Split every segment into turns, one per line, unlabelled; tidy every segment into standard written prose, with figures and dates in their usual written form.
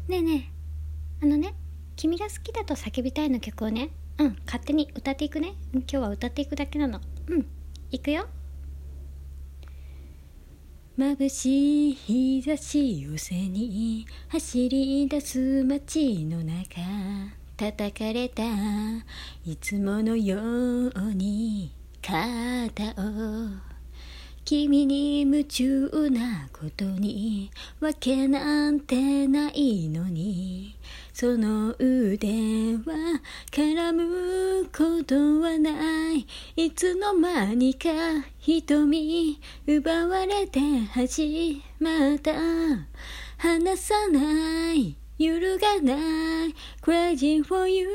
ねえねえ、君が好きだと叫びたいの曲をね、勝手に歌っていくね。今日は歌っていくだけなの。いくよ。眩しい日差しを背に走り出す街の中、叩かれたいつものように肩を、君に夢中なことにわけなんてないのに、その腕は絡むことはない。いつの間にか瞳奪われて始まった。離さない、揺るがない Crazy for you。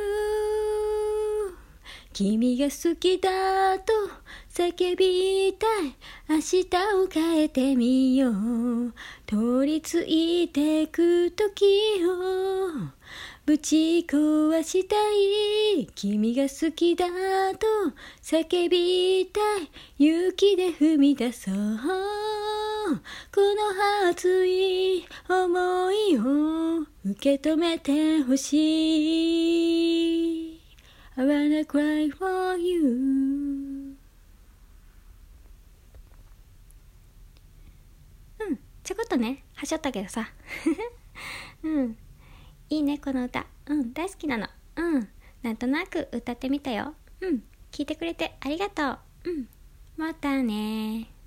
君が好きだと叫びたい。明日を変えてみよう。通り過ぎてく時をぶち壊したい。君が好きだと叫びたい。勇気で踏み出そう。この熱い思いを受け止めてほしい。I wanna cry for you。 ちょこっとねはしょったけどさいいねこの歌。大好きなの。なんとなく歌ってみたよ。聞いてくれてありがとう。またね。